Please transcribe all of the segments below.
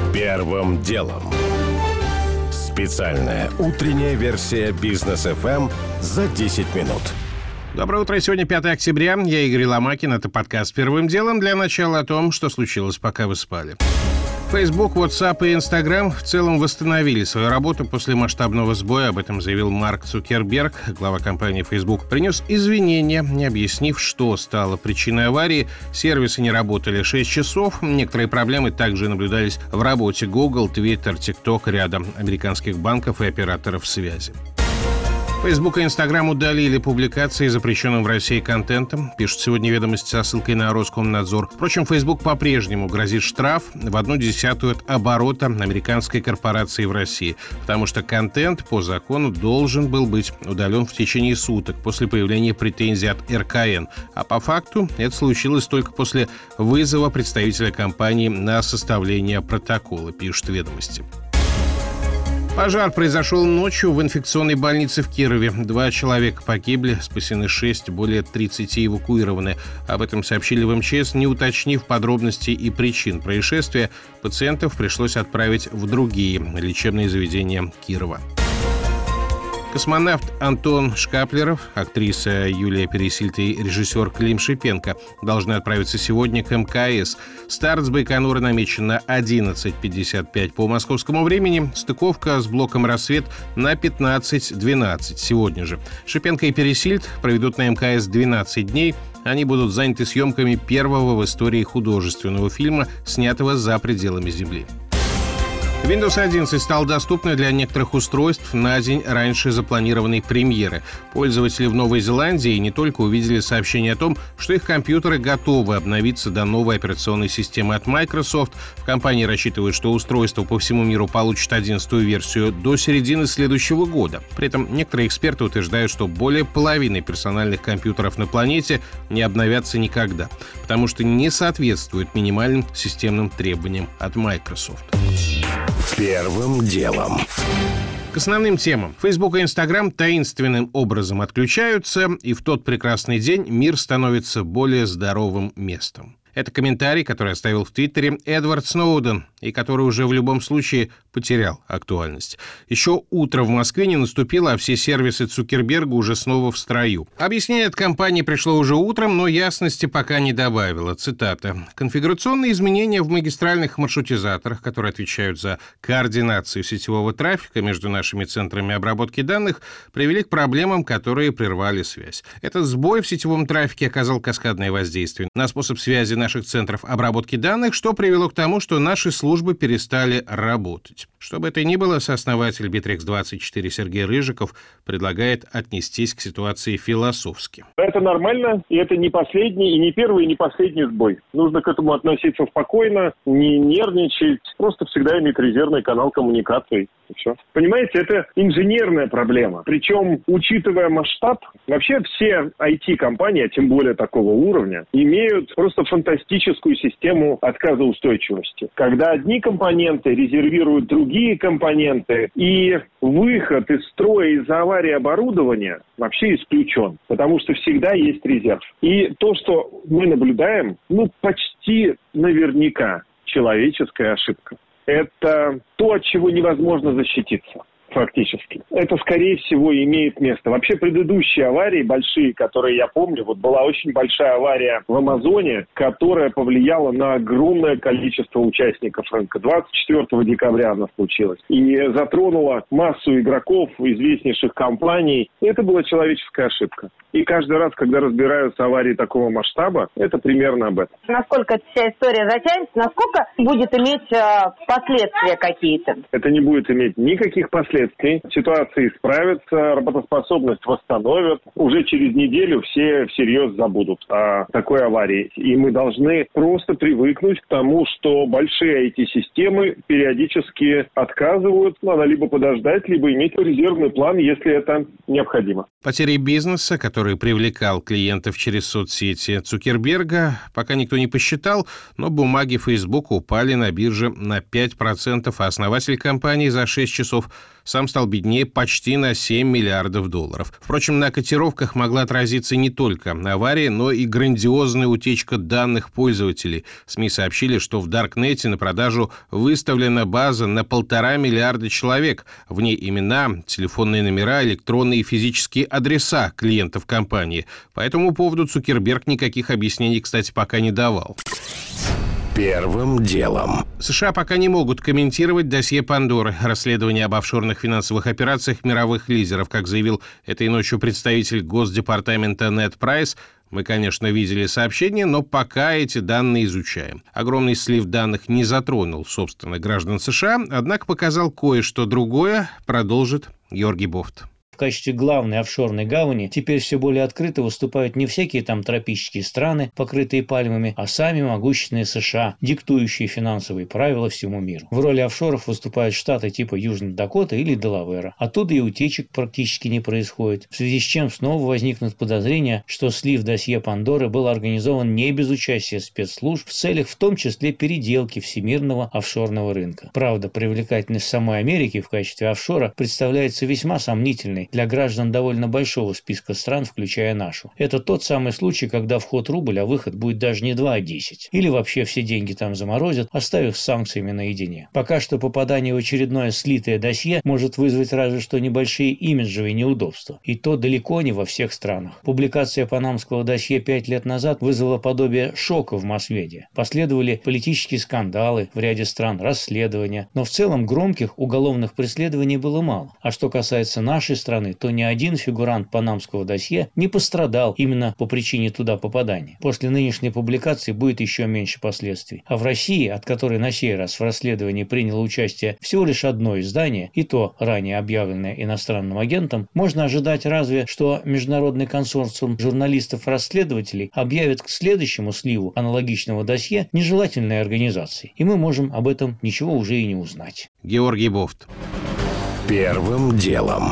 Первым делом. Специальная утренняя версия Бизнес ФМ за 10 минут. Доброе утро. Сегодня 5 октября. Я Игорь Ломакин. Это подкаст «Первым делом». Для начала о том, что случилось, пока вы спали. Facebook, WhatsApp и Instagram в целом восстановили свою работу после масштабного сбоя. Об этом заявил Марк Цукерберг. Глава компании Facebook принес извинения, не объяснив, что стало причиной аварии. Сервисы не работали 6 часов. Некоторые проблемы также наблюдались в работе Google, Twitter, TikTok, ряда американских банков и операторов связи. Facebook и Instagram удалили публикации запрещенным в России контентом, пишут сегодня «Ведомости» со ссылкой на Роскомнадзор. Впрочем, Facebook по-прежнему грозит штраф в 1/10 от оборота американской корпорации в России, потому что контент по закону должен был быть удален в течение суток после появления претензий от РКН. А по факту это случилось только после вызова представителя компании на составление протокола, пишут «Ведомости». Пожар произошел ночью в инфекционной больнице в Кирове. 2 человека погибли, спасены 6, более 30 эвакуированы. Об этом сообщили в МЧС, не уточнив подробностей и причин происшествия. Пациентов пришлось отправить в другие лечебные заведения Кирова. Космонавт Антон Шкаплеров, актриса Юлия Пересильд и режиссер Клим Шипенко должны отправиться сегодня к МКС. Старт с Байконура намечен на 11:55 по московскому времени. Стыковка с блоком «Рассвет» на 15:12 сегодня же. Шипенко и Пересильд проведут на МКС 12 дней. Они будут заняты съемками первого в истории художественного фильма, снятого за пределами Земли. Windows 11 стал доступной для некоторых устройств на день раньше запланированной премьеры. Пользователи в Новой Зеландии не только увидели сообщение о том, что их компьютеры готовы обновиться до новой операционной системы от Microsoft. В компании рассчитывают, что устройство по всему миру получит 11-ю версию до середины следующего года. При этом некоторые эксперты утверждают, что более половины персональных компьютеров на планете не обновятся никогда, потому что не соответствуют минимальным системным требованиям от Microsoft. Первым делом. К основным темам. Facebook и Instagram таинственным образом отключаются, и в тот прекрасный день мир становится более здоровым местом. Это комментарий, который оставил в Твиттере Эдвард Сноуден, и который уже в любом случае потерял актуальность. Еще утро в Москве не наступило, а все сервисы Цукерберга уже снова в строю. Объяснение от компании пришло уже утром, но ясности пока не добавило. Цитата. «Конфигурационные изменения в магистральных маршрутизаторах, которые отвечают за координацию сетевого трафика между нашими центрами обработки данных, привели к проблемам, которые прервали связь. Этот сбой в сетевом трафике оказал каскадное воздействие на способ связи наших центров обработки данных, что привело к тому, что наши службы перестали работать». Что бы это ни было, сооснователь Bittrex24 Сергей Рыжиков предлагает отнестись к ситуации философски. Это нормально, и это не последний, и не первый, и не последний сбой. Нужно к этому относиться спокойно, не нервничать, просто всегда иметь резервный канал коммуникации. И все. Понимаете, это инженерная проблема. Причем, учитывая масштаб, вообще все IT-компании, а тем более такого уровня, имеют просто фантастическую систему отказоустойчивости. Когда одни компоненты резервируют другие компоненты, и выход из строя из-за аварии оборудования вообще исключен, потому что всегда есть резерв. И то, что мы наблюдаем, почти наверняка человеческая ошибка. Это то, от чего невозможно защититься. Фактически. Это, скорее всего, имеет место. Вообще, предыдущие аварии, большие, которые я помню, была очень большая авария в Амазоне, которая повлияла на огромное количество участников рынка. 24 декабря она случилась. И затронула массу игроков, известнейших компаний. Это была человеческая ошибка. И каждый раз, когда разбираются аварии такого масштаба, это примерно об этом. Насколько эта вся история затянется, насколько будет иметь последствия какие-то? Это не будет иметь никаких последствий. Ситуация исправится, работоспособность восстановят. Уже через неделю все всерьез забудут о такой аварии. И мы должны просто привыкнуть к тому, что большие IT-системы периодически отказывают. Надо либо подождать, либо иметь резервный план, если это необходимо. Потери бизнеса, который привлекал клиентов через соцсети Цукерберга, пока никто не посчитал, но бумаги Facebook упали на бирже на 5%, а основатель компании за 6 часов сам стал беднее почти на 7 миллиардов долларов. Впрочем, на котировках могла отразиться не только авария, но и грандиозная утечка данных пользователей. СМИ сообщили, что в Даркнете на продажу выставлена база на 1,5 миллиарда человек. В ней имена, телефонные номера, электронные и физические адреса клиентов компании. По этому поводу Цукерберг никаких объяснений, кстати, пока не давал. Первым делом. США пока не могут комментировать досье Пандоры, расследование об офшорных финансовых операциях мировых лидеров, как заявил этой ночью представитель Госдепартамента Нед Прайс. Мы, конечно, видели сообщение, но пока эти данные изучаем. Огромный слив данных не затронул, собственно, граждан США, однако показал кое-что другое, продолжит Георгий Бофт. В качестве главной офшорной гавани теперь все более открыто выступают не всякие там тропические страны, покрытые пальмами, а сами могущественные США, диктующие финансовые правила всему миру. В роли офшоров выступают штаты типа Южной Дакоты или Делавера. Оттуда и утечек практически не происходит, в связи с чем снова возникнут подозрения, что слив досье Пандоры был организован не без участия спецслужб в целях в том числе переделки всемирного офшорного рынка. Правда, привлекательность самой Америки в качестве офшора представляется весьма сомнительной для граждан довольно большого списка стран, включая нашу. Это тот самый случай, когда вход рубль, а выход будет даже не 2, а 10. Или вообще все деньги там заморозят, оставив с санкциями наедине. Пока что попадание в очередное слитое досье может вызвать разве что небольшие имиджевые неудобства. И то далеко не во всех странах. Публикация панамского досье 5 лет назад вызвала подобие шока в масс-медиа. Последовали политические скандалы в ряде стран, расследования. Но в целом громких уголовных преследований было мало. А что касается нашей страны, то ни один фигурант панамского досье не пострадал именно по причине туда попадания. После нынешней публикации будет еще меньше последствий. А в России, от которой на сей раз в расследовании приняло участие всего лишь одно издание, и то ранее объявленное иностранным агентом, можно ожидать разве, что международный консорциум журналистов-расследователей объявит к следующему сливу аналогичного досье нежелательной организацией. И мы можем об этом ничего уже и не узнать. Георгий Бофт. Первым делом.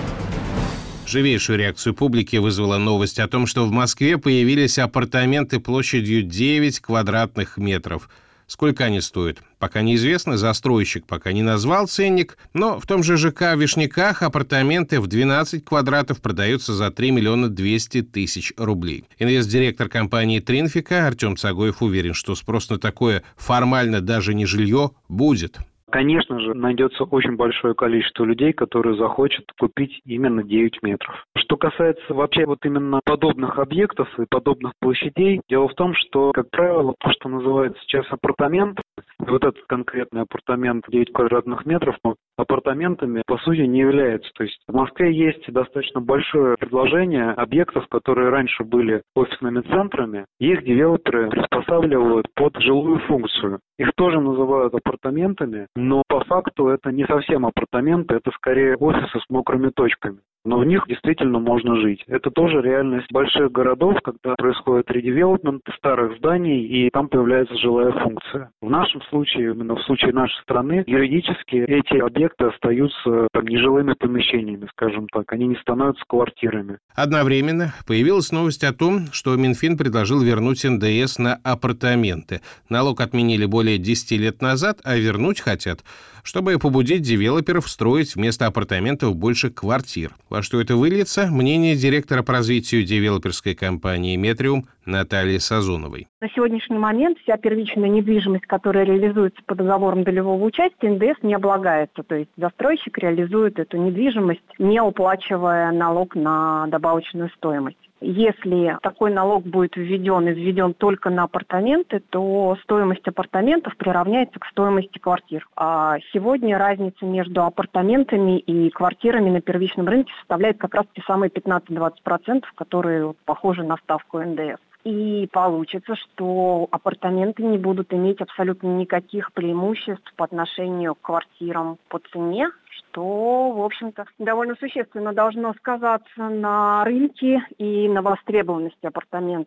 Живейшую реакцию публики вызвала новость о том, что в Москве появились апартаменты площадью 9 квадратных метров. Сколько они стоят? Пока неизвестно, застройщик пока не назвал ценник, но в том же ЖК в Вишняках апартаменты в 12 квадратов продаются за 3 миллиона 200 тысяч рублей. Инвестдиректор компании «Тринфика» Артем Цагоев уверен, что спрос на такое формально даже не жилье будет. Конечно же, найдется очень большое количество людей, которые захотят купить именно 9 метров. Что касается вообще вот именно подобных объектов и подобных площадей, дело в том, что, как правило, то, что называется сейчас апартамент, вот этот конкретный апартамент 9 квадратных метров, но апартаментами по сути не является. То есть в Москве есть достаточно большое предложение объектов, которые раньше были офисными центрами, и их девелоперы приспосабливают под жилую функцию. Их тоже называют апартаментами, но по факту это не совсем апартаменты, это скорее офисы с мокрыми точками. Но в них действительно можно жить. Это тоже реальность больших городов, когда происходит редевелопмент старых зданий, и там появляется жилая функция. В нашем случае, именно в случае нашей страны, юридически эти объекты остаются нежилыми помещениями, скажем так. Они не становятся квартирами. Одновременно появилась новость о том, что Минфин предложил вернуть НДС на апартаменты. Налог отменили более 10 лет назад, а вернуть хотят, чтобы побудить девелоперов строить вместо апартаментов больше квартир. Во что это выльется, мнение директора по развитию девелоперской компании «Метриум» Натальи Сазоновой. На сегодняшний момент вся первичная недвижимость, которая реализуется по договорам долевого участия, НДС не облагается. То есть застройщик реализует эту недвижимость, не уплачивая налог на добавочную стоимость. Если такой налог будет введен и введен только на апартаменты, то стоимость апартаментов приравняется к стоимости квартир. А сегодня разница между апартаментами и квартирами на первичном рынке составляет как раз те самые 15-20%, которые похожи на ставку НДС. И получится, что апартаменты не будут иметь абсолютно никаких преимуществ по отношению к квартирам по цене, что, в общем-то, довольно существенно должно сказаться на рынке и на востребованности апартаментов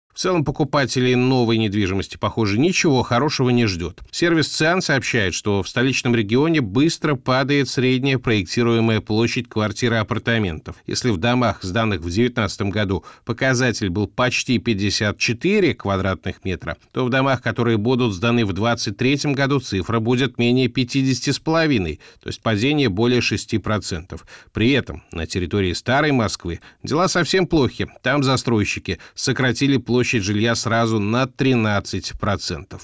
В целом, покупателей новой недвижимости, похоже, ничего хорошего не ждет. Сервис ЦИАН сообщает, что в столичном регионе быстро падает средняя проектируемая площадь квартир и апартаментов. Если в домах, сданных в 2019 году, показатель был почти 54 квадратных метра, то в домах, которые будут сданы в 2023 году, цифра будет менее 50,5, то есть падение более 6%. При этом на территории Старой Москвы дела совсем плохи. Там застройщики сократили площадь жилья сразу на 13%.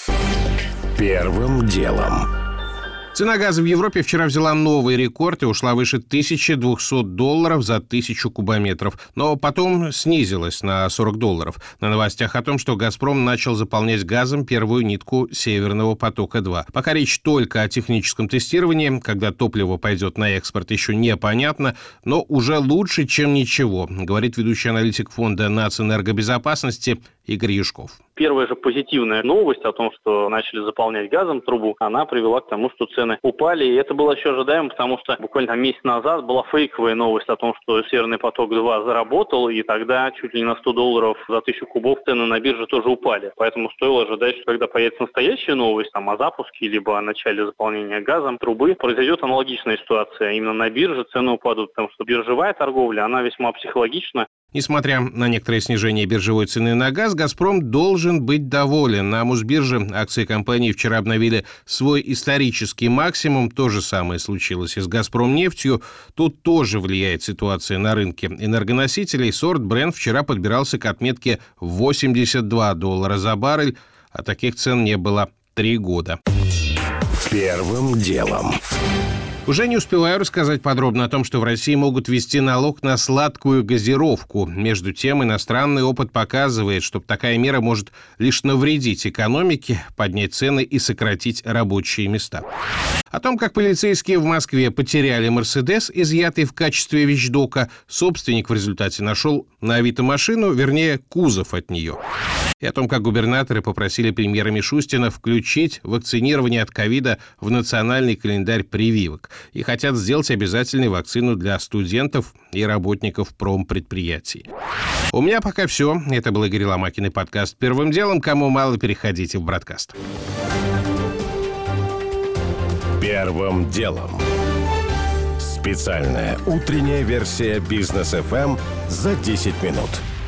Первым делом. Цена газа в Европе вчера взяла новый рекорд и ушла выше $1200 за 1000 кубометров, но потом снизилась на $40 на новостях о том, что «Газпром» начал заполнять газом первую нитку «Северного потока-2». Пока речь только о техническом тестировании, когда топливо пойдет на экспорт, еще непонятно, но уже лучше, чем ничего, говорит ведущий аналитик фонда нацэнергобезопасности Игорь Юшков. Первая же позитивная новость о том, что начали заполнять газом трубу, она привела к тому, что цены упали. И это было еще ожидаемо, потому что буквально месяц назад была фейковая новость о том, что «Северный поток-2» заработал, и тогда чуть ли не на $100 за 1000 кубов цены на бирже тоже упали. Поэтому стоило ожидать, что когда появится настоящая новость о запуске, либо о начале заполнения газом трубы, произойдет аналогичная ситуация. Именно на бирже цены упадут, потому что биржевая торговля, она весьма психологична. Несмотря на некоторое снижение биржевой цены на газ, «Газпром» должен быть доволен. На Мосбирже акции компании вчера обновили свой исторический максимум. То же самое случилось и с «Газпромнефтью». Тут тоже влияет ситуация на рынке энергоносителей. Сорт Brent вчера подбирался к отметке $82 за баррель, а таких цен не было 3 года. Первым делом. Уже не успеваю рассказать подробно о том, что в России могут ввести налог на сладкую газировку. Между тем, иностранный опыт показывает, что такая мера может лишь навредить экономике, поднять цены и сократить рабочие места. О том, как полицейские в Москве потеряли «Мерседес», изъятый в качестве вещдока, собственник в результате нашел на Авито машину, вернее, кузов от нее. И о том, как губернаторы попросили премьера Мишустина включить вакцинирование от ковида в национальный календарь прививок и хотят сделать обязательной вакцину для студентов и работников промпредприятий. У меня пока все. Это был Игорь Ломакин и подкаст «Первым делом». Кому мало, переходите в бродкаст. Первым делом. Специальная утренняя версия «Бизнес ФМ» за 10 минут.